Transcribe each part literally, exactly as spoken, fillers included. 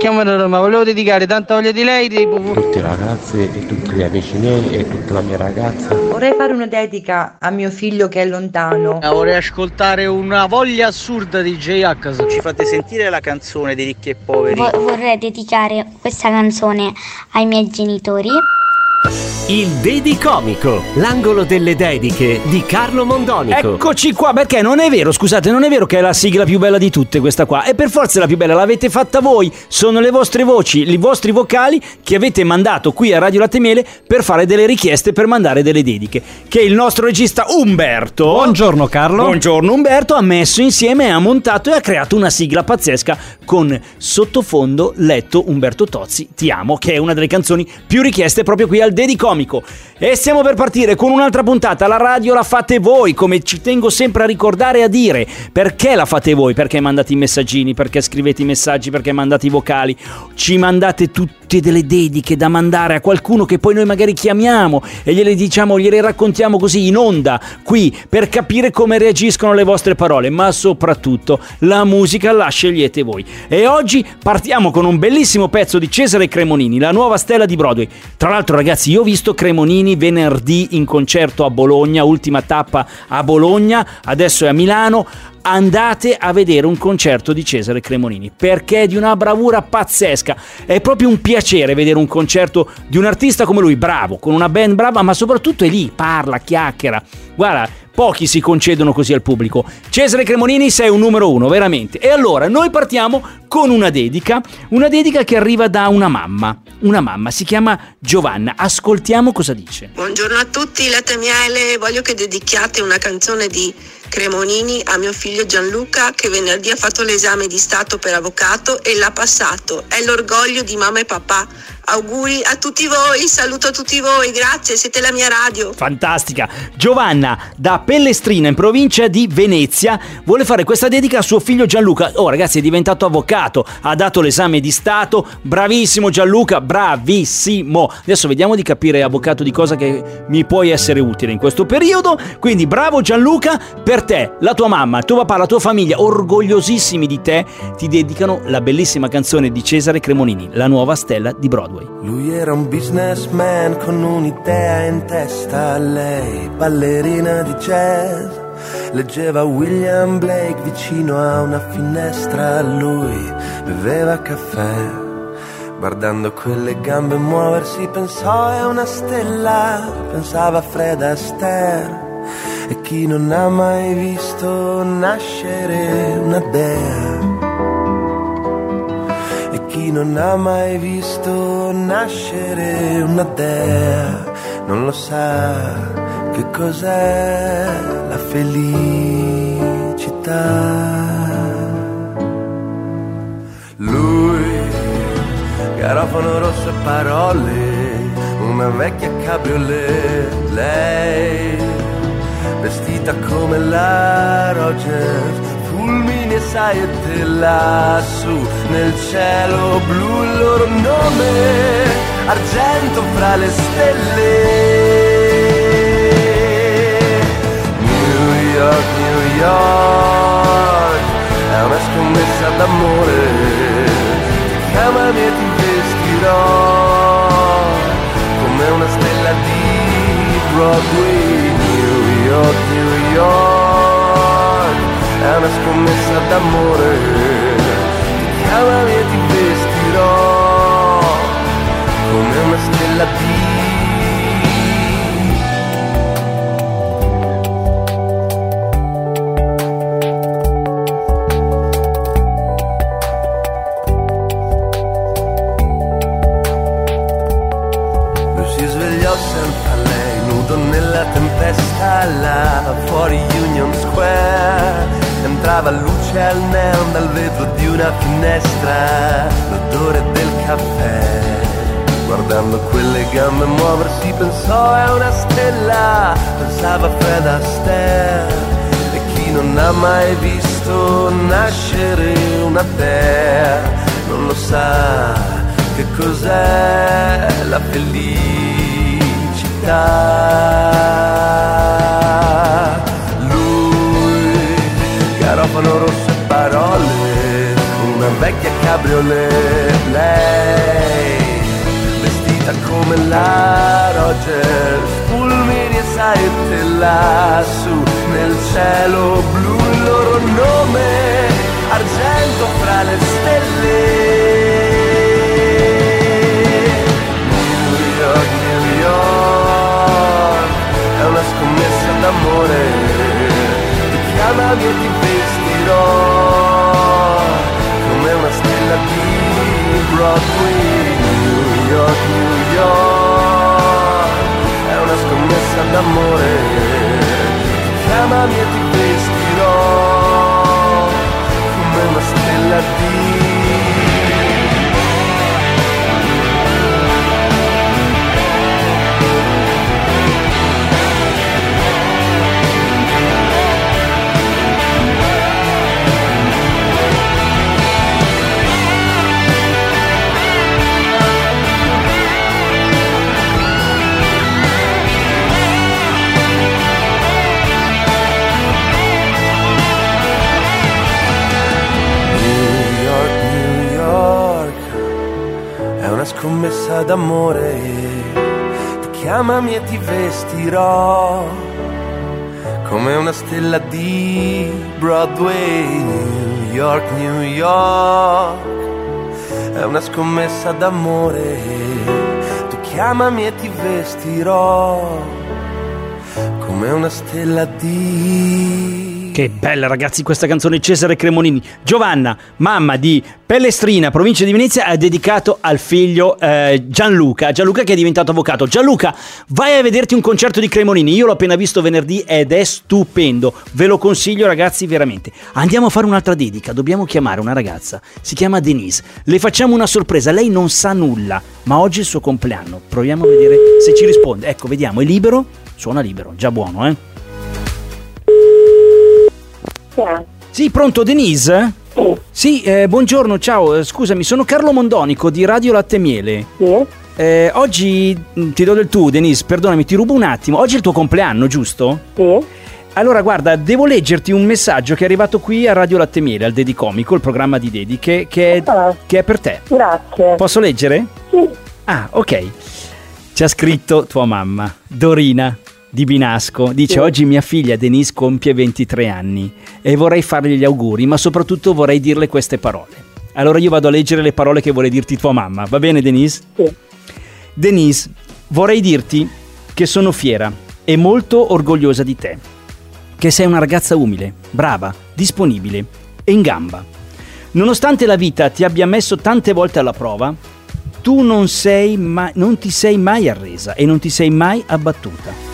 chiamo da Roma, volevo dedicare tanta voglia di lei tutti i ragazzi e tutti gli amici miei e tutta la mia ragazza. Vorrei fare una dedica a mio figlio che è lontano. Vorrei ascoltare una voglia assurda di J-H. Ci fate sentire la canzone dei ricchi e poveri? Vo- vorrei dedicare questa canzone ai miei genitori. Il Dedicomico, l'angolo delle dediche di Carlo Mondonico. Eccoci qua, perché non è vero, scusate, non è vero che è la sigla più bella di tutte questa qua. È per forza la più bella, l'avete fatta voi. Sono le vostre voci, i vostri vocali che avete mandato qui a Radio Latte Miele per fare delle richieste, per mandare delle dediche. Che il nostro regista Umberto, buongiorno Carlo. Buongiorno Umberto, ha messo insieme, ha montato e ha creato una sigla pazzesca con sottofondo letto Umberto Tozzi, Ti amo, che è una delle canzoni più richieste proprio qui al Dedicomico. E stiamo per partire con un'altra puntata. La radio la fate voi, come ci tengo sempre a ricordare e a dire. Perché la fate voi? Perché mandate i messaggini, perché scrivete i messaggi, perché mandate i vocali. Ci mandate tutte delle dediche da mandare a qualcuno che poi noi magari chiamiamo e gliele diciamo, gliele raccontiamo così in onda qui, per capire come reagiscono le vostre parole. Ma soprattutto la musica la scegliete voi. E oggi partiamo con un bellissimo pezzo di Cesare Cremonini, la nuova stella di Broadway. Tra l'altro ragazzi, io ho visto Cremonini venerdì in concerto a Bologna, ultima tappa a Bologna, adesso è a Milano. Andate a vedere un concerto di Cesare Cremonini, perché è di una bravura pazzesca. È proprio un piacere vedere un concerto di un artista come lui, bravo, con una band brava, ma soprattutto è lì, parla, chiacchiera. Guarda, pochi si concedono così al pubblico. Cesare Cremonini, sei un numero uno, veramente. E allora noi partiamo con una dedica, una dedica che arriva da una mamma. Una mamma, si chiama Giovanna. Ascoltiamo cosa dice. Buongiorno a tutti, Latte Miele. Voglio che dedichiate una canzone di Cremonini a mio figlio Gianluca, che venerdì ha fatto l'esame di Stato per avvocato e l'ha passato. È l'orgoglio di mamma e papà. Auguri a tutti voi, saluto a tutti voi, grazie, siete la mia radio. Fantastica. Giovanna da Pellestrina in provincia di Venezia vuole fare questa dedica a suo figlio Gianluca. Oh ragazzi, è diventato avvocato, ha dato l'esame di Stato, bravissimo Gianluca, bravissimo. Adesso vediamo di capire, avvocato, di cosa che mi puoi essere utile in questo periodo. Quindi bravo Gianluca, per te, la tua mamma, il tuo papà, la tua famiglia, orgogliosissimi di te, ti dedicano la bellissima canzone di Cesare Cremonini, la nuova stella di Broadway. Lui era un businessman con un'idea in testa, lei ballerina di jazz. Leggeva William Blake vicino a una finestra, lui beveva caffè. Guardando quelle gambe muoversi pensò è una stella, pensava a Fred Astaire. E chi non ha mai visto nascere una dea? E chi non ha mai visto nascere una dea non lo sa che cos'è la felicità. Lui, garofano rosso e parole, una vecchia cabriolet, lei vestita come la Rogers, fulmini e saiette lassù nel cielo blu, il loro nome argento fra le stelle. New York, New York, è una scommessa d'amore, ti chiamami e ti vestirò come una stella di Broadway. New York, New York, è una scommessa d'amore, ti chiamami e ti vestirò come una stella di Lui si svegliò senza lei, nudo nella tempesta là fuori Union Square. Entrava luce al neon dal vetro di una finestra, l'odore del caffè. Guardando quelle gambe muoversi pensò è una stella, pensava a Fred Astaire. E chi non ha mai visto nascere una dea non lo sa che cos'è la felicità. Lui, garofano rosso e parole, una vecchia cabriolet, milione. Lei vestita come la Rogers, fulmini e saette lassù nel cielo blu, il loro nome argento fra le stelle. New York, New York, è una scommessa d'amore, ti chiamami e ti vestirò come una stella di Broadway. New York, New York, è una scommessa d'amore, ti chiamami e ti vestirò come una stella di scommessa d'amore, ti chiamami e ti vestirò come una stella di Broadway. New York, New York, è una scommessa d'amore, tu chiamami e ti vestirò come una stella di... Che bella ragazzi questa canzone, Cesare Cremonini. Giovanna, mamma di Pellestrina, provincia di Venezia, ha dedicato al figlio eh, Gianluca, Gianluca che è diventato avvocato. Gianluca, vai a vederti un concerto di Cremonini, io l'ho appena visto venerdì ed è stupendo, ve lo consiglio ragazzi veramente. Andiamo a fare un'altra dedica, dobbiamo chiamare una ragazza, si chiama Denise, le facciamo una sorpresa, lei non sa nulla, ma oggi è il suo compleanno, proviamo a vedere se ci risponde. Ecco, vediamo, è libero? Suona libero, già buono eh. Sì, pronto Denise? Sì. Sì, eh, buongiorno, ciao, eh, scusami, sono Carlo Mondonico di Radio Latte Miele. Sì. Eh, oggi mh, ti do del tu, Denise, perdonami, ti rubo un attimo. Oggi è il tuo compleanno, giusto? Sì. Allora, guarda, devo leggerti un messaggio che è arrivato qui a Radio Latte Miele, al Dedicomico, il programma di dediche, che è, ah. che è per te. Grazie. Posso leggere? Sì. Ah, ok. Ci ha scritto tua mamma, Dorina di Binasco, dice: sì. Oggi mia figlia Denise compie ventitré anni e vorrei fargli gli auguri, ma soprattutto vorrei dirle queste parole. Allora io vado a leggere le parole che vuole dirti tua mamma, va bene Denise? Sì. Denise, vorrei dirti che sono fiera e molto orgogliosa di te, che sei una ragazza umile, brava, disponibile e in gamba. Nonostante la vita ti abbia messo tante volte alla prova, tu non sei mai, non ti sei mai arresa e non ti sei mai abbattuta.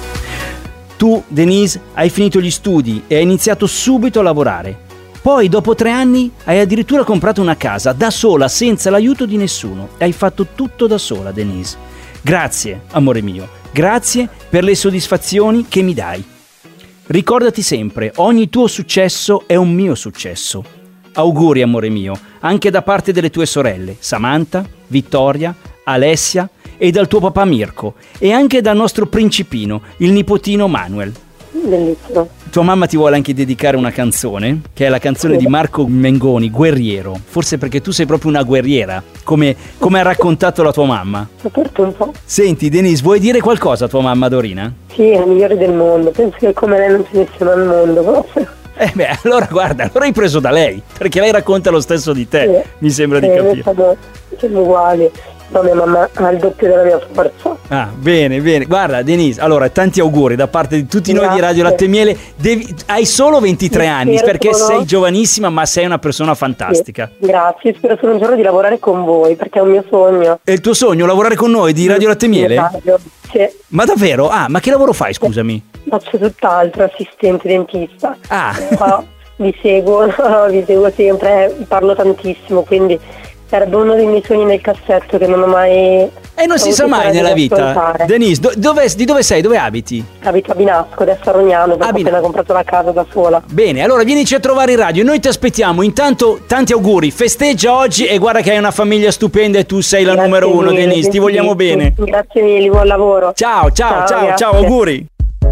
Tu, Denise, hai finito gli studi e hai iniziato subito a lavorare. Poi, dopo tre anni, hai addirittura comprato una casa da sola, senza l'aiuto di nessuno. E hai fatto tutto da sola, Denise. Grazie, amore mio. Grazie per le soddisfazioni che mi dai. Ricordati sempre, ogni tuo successo è un mio successo. Auguri, amore mio, anche da parte delle tue sorelle, Samantha, Vittoria, Alessia e dal tuo papà Mirko e anche dal nostro principino, il nipotino Manuel. Bellissimo. Tua mamma ti vuole anche dedicare una canzone, che è la canzone di Marco Mengoni, Guerriero, forse perché tu sei proprio una guerriera, come, come ha raccontato la tua mamma. Aperto un po'. Senti Denise, vuoi dire qualcosa a tua mamma Dorina? Sì, è la migliore del mondo, penso che come lei non ce ne sia al mondo proprio. Eh beh, allora guarda, allora hai preso da lei, perché lei racconta lo stesso di te, sì, mi sembra sì, di capire. Siamo, siamo uguali. No, mia mamma ha il doppio della mia forza. Ah, bene, bene. Guarda, Denise, allora, tanti auguri da parte di tutti Grazie. Noi di Radio Latte Miele. Devi, hai solo ventitré Sì, anni, perché solo... sei giovanissima, ma sei una persona fantastica. Sì. Grazie, spero solo un giorno di lavorare con voi, perché è un mio sogno. È il tuo sogno, lavorare con noi di Radio Latte Miele? Radio. Sì. Ma davvero? Ah, ma che lavoro fai, scusami? Faccio tutt'altro, assistente dentista. Ah. No, vi seguo, no, vi seguo sempre, parlo tantissimo, quindi... sarebbe uno dei miei sogni nel cassetto che non ho mai... E non si sa mai nella vita. Denise, do, dove, di dove sei? Dove abiti? Abito a Binasco, adesso a Rognano, dopo ho appena comprato la casa da sola. Bene, allora vienici a trovare in radio, noi ti aspettiamo. Intanto tanti auguri, festeggia oggi e guarda che hai una famiglia stupenda e tu sei la Grazie numero uno, mille, Denise, ti vogliamo bene. Grazie mille, buon lavoro. Ciao, ciao, ciao, ciao, ciao, auguri.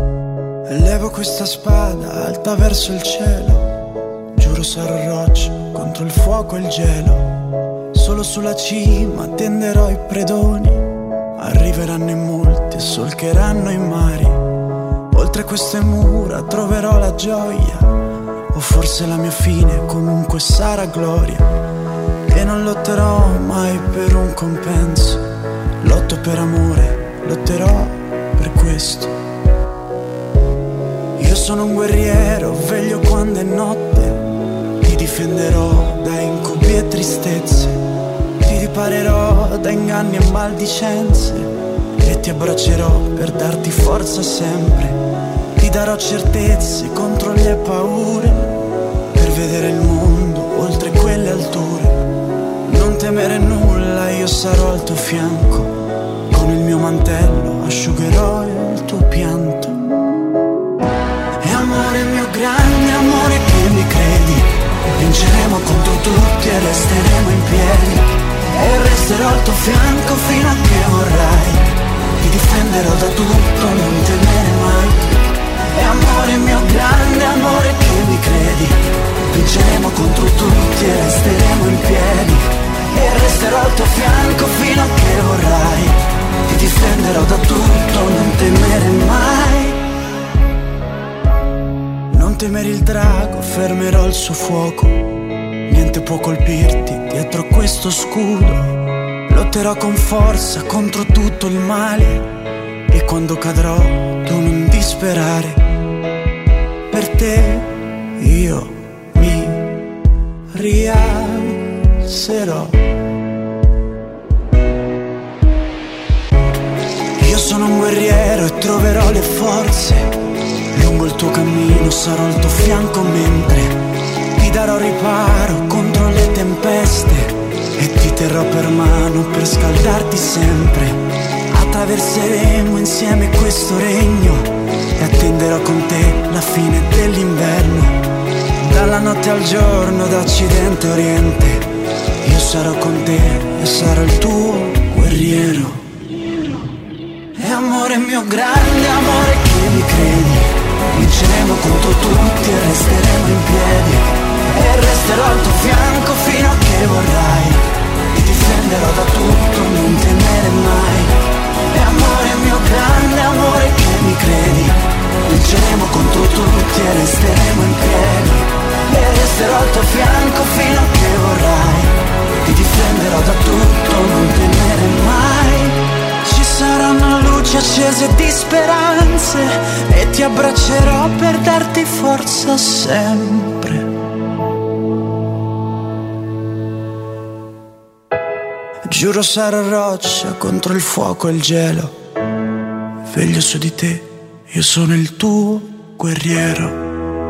Levo questa spada alta verso il cielo, giuro sarò roccia contro il fuoco e il gelo. Solo sulla cima tenderò i predoni, arriveranno in molti e solcheranno i mari. Oltre queste mura troverò la gioia, o forse la mia fine comunque sarà gloria. E non lotterò mai per un compenso, lotto per amore, lotterò per questo. Io sono un guerriero, veglio quando è notte, ti difenderò da incubi e tristezze, ti riparerò da inganni e maldicenze, e ti abbraccerò per darti forza sempre. Ti darò certezze contro le paure, per vedere il mondo oltre quelle alture. Non temere nulla, io sarò al tuo fianco, con il mio mantello asciugherò il tuo pianto. E amore mio grande, amore che mi credi, vinceremo contro tutti e resteremo in piedi. E resterò al tuo fianco fino a che vorrai, ti difenderò da tutto, non temere mai. E amore mio grande, amore che mi credi, vinceremo contro tutti e resteremo in piedi. E resterò al tuo fianco fino a che vorrai, ti difenderò da tutto, non temere mai. Non temere il drago, fermerò il suo fuoco, niente può colpirti dietro questo scudo. Lotterò con forza contro tutto il male, e quando cadrò tu non disperare. Per te io mi rialzerò. Io sono un guerriero e troverò le forze, lungo il tuo cammino sarò al tuo fianco mentre ti darò riparo contro le tempeste, e ti terrò per mano per scaldarti sempre. Attraverseremo insieme questo regno e attenderò con te la fine dell'inverno. Dalla notte al giorno, da occidente a oriente, io sarò con te e sarò il tuo guerriero. E amore mio grande, amore che mi credi, vinceremo contro tutti e resteremo in piedi. E resterò al tuo fianco fino a che vorrai, ti difenderò da tutto, non temere mai. E amore mio grande, amore che mi credi, vinceremo contro tutti e resteremo in piedi. E resterò al tuo fianco fino a che vorrai, ti difenderò da tutto, non temere mai. Ci saranno luci accese di speranze, e ti abbraccerò per darti forza sempre. Giuro sarò roccia contro il fuoco e il gelo, veglio su di te, io sono il tuo guerriero.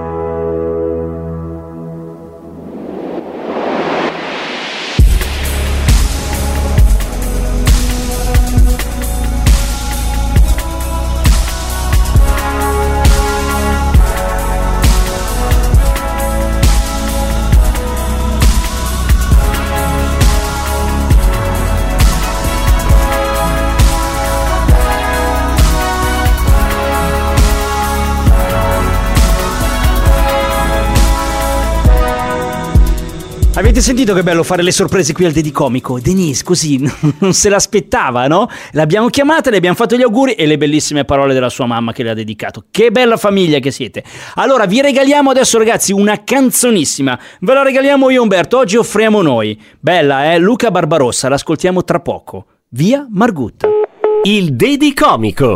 Avete sentito che bello fare le sorprese qui al Dedicomico? Denise così non se l'aspettava, no? L'abbiamo chiamata, le abbiamo fatto gli auguri e le bellissime parole della sua mamma che le ha dedicato. Che bella famiglia che siete! Allora vi regaliamo adesso, ragazzi, una canzonissima. Ve la regaliamo io, Umberto, oggi offriamo noi. Bella, eh? Luca Barbarossa, l'ascoltiamo tra poco. Via Margutta. Il Dedicomico.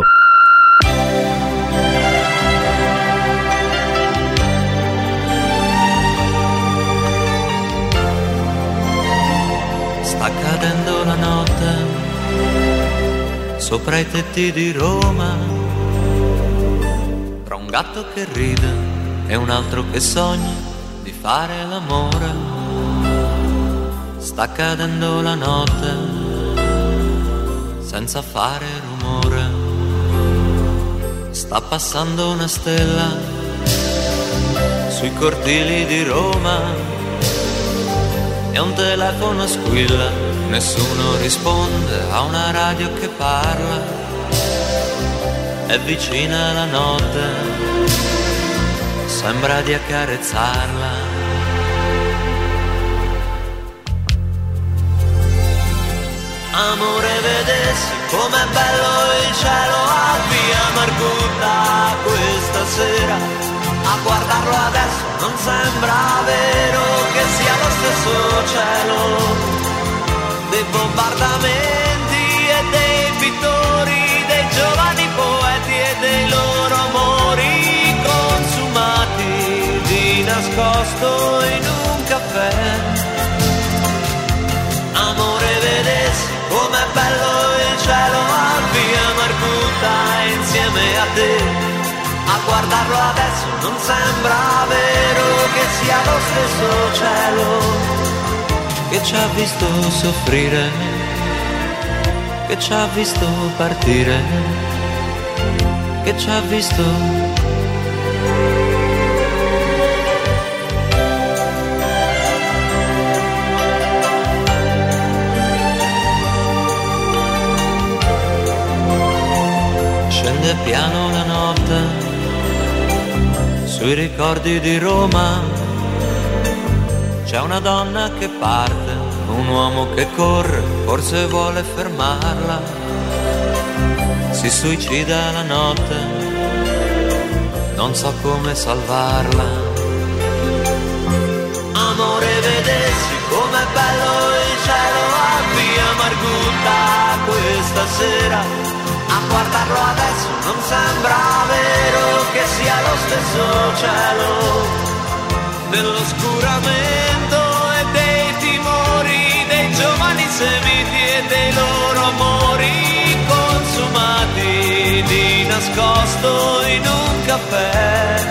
Sta cadendo la notte sopra i tetti di Roma, tra un gatto che ride e un altro che sogna di fare l'amore. Sta cadendo la notte senza fare rumore. Sta passando una stella sui cortili di Roma e un telefono squilla, nessuno risponde a una radio che parla. È vicina la notte, sembra di accarezzarla. Amore, vedessi com'è bello il cielo a via Margutta questa sera. A guardarlo adesso non sembra vero che sia lo stesso cielo dei bombardamenti e dei pittori, dei giovani poeti e dei loro amori consumati di nascosto in un caffè. Amore, vedessi com'è bello il cielo a via Margutta insieme a te. A guardarlo adesso non sembra vero che sia lo stesso cielo che ci ha visto soffrire, che ci ha visto partire, che ci ha visto. Scende piano la notte sui ricordi di Roma, c'è una donna che parte, un uomo che corre, forse vuole fermarla, si suicida la notte, non so come salvarla. Amore, vedessi com'è bello il cielo a via Margutta questa sera. A guardarlo adesso non sembra vero che sia lo stesso cielo dell'oscuramento e dei timori dei giovani semiti e dei loro amori consumati di nascosto in un caffè.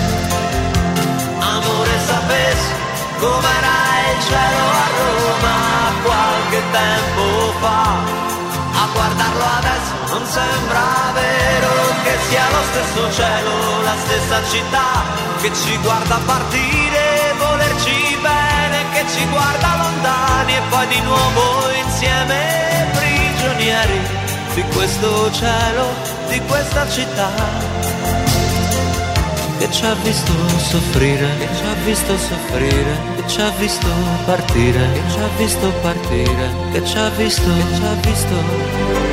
Amore, sapessi com'era il cielo a Roma qualche tempo fa. A guardarlo adesso non sembra vero che sia lo stesso cielo, la stessa città che ci guarda partire, volerci bene, che ci guarda lontani e poi di nuovo insieme prigionieri di questo cielo, di questa città che ci ha visto soffrire, che ci ha visto soffrire, che ci ha visto partire, che ci ha visto partire, che ci ha visto, che ci ha visto.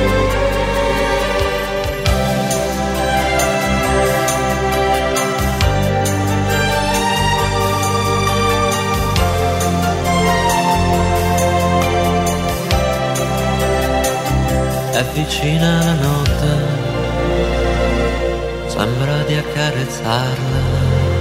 È vicina la notte, sembra di accarezzarla.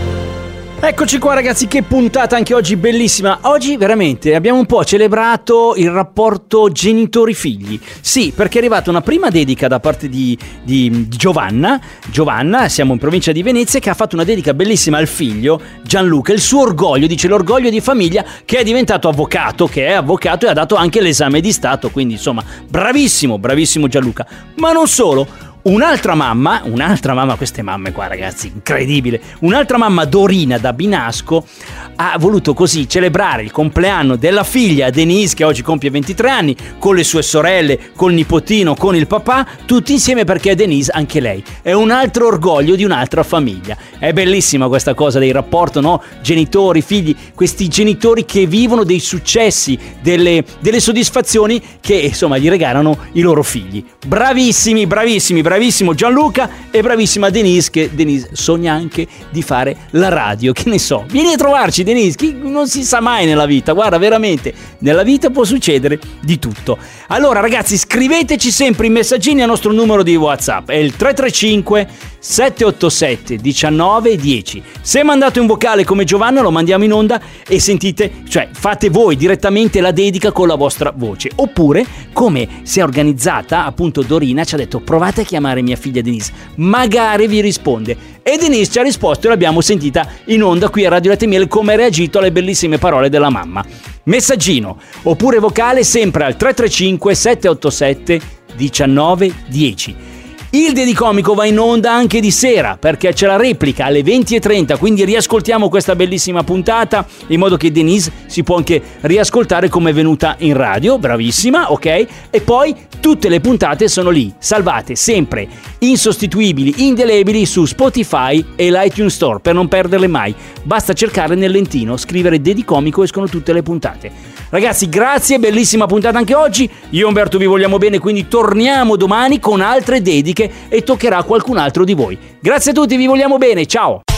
Eccoci qua ragazzi, che puntata anche oggi bellissima. Oggi veramente abbiamo un po' celebrato il rapporto genitori-figli. Sì, perché è arrivata una prima dedica da parte di, di Giovanna. Giovanna, siamo in provincia di Venezia, che ha fatto una dedica bellissima al figlio Gianluca. Il suo orgoglio, dice l'orgoglio di famiglia, che è diventato avvocato, che è avvocato e ha dato anche l'esame di Stato. Quindi insomma, bravissimo, bravissimo Gianluca. Ma non solo. Un'altra mamma, un'altra mamma, queste mamme qua ragazzi, incredibile, un'altra mamma, Dorina da Binasco, ha voluto così celebrare il compleanno della figlia Denise, che oggi compie ventitré anni, con le sue sorelle, col nipotino, con il papà, tutti insieme, perché Denise, anche lei, è un altro orgoglio di un'altra famiglia. È bellissima questa cosa dei rapporti, no? Genitori, figli, questi genitori che vivono dei successi, delle, delle soddisfazioni che insomma gli regalano i loro figli. Bravissimi, bravissimi, bravissimi. Bravissimo Gianluca e bravissima Denise, che Denise sogna anche di fare la radio, che ne so. Vieni a trovarci Denise, che non si sa mai nella vita, guarda, veramente, nella vita può succedere di tutto. Allora ragazzi, scriveteci sempre i messaggini al nostro numero di WhatsApp, è il tre tre cinque sette otto sette uno nove uno zero. Se mandate un vocale come Giovanna lo mandiamo in onda e sentite, cioè fate voi direttamente la dedica con la vostra voce, oppure come si è organizzata appunto Dorina, ci ha detto provate a chiamare mia figlia Denise, magari vi risponde, e Denise ci ha risposto e l'abbiamo sentita in onda qui a Radio Latte e Miele come ha reagito alle bellissime parole della mamma. Messaggino oppure vocale sempre al tre tre cinque sette otto sette uno nove uno zero. Il Dedicomico va in onda anche di sera, perché c'è la replica alle venti e trenta, quindi riascoltiamo questa bellissima puntata in modo che Denise si può anche riascoltare come è venuta in radio, bravissima, ok? E poi tutte le puntate sono lì, salvate sempre, insostituibili, indelebili su Spotify e l'iTunes Store, per non perderle mai. Basta cercare nel lentino, scrivere Dedicomico, escono tutte le puntate. Ragazzi, grazie, bellissima puntata anche oggi. Io e Umberto vi vogliamo bene, quindi torniamo domani con altre dediche e toccherà a qualcun altro di voi. Grazie a tutti, vi vogliamo bene, ciao!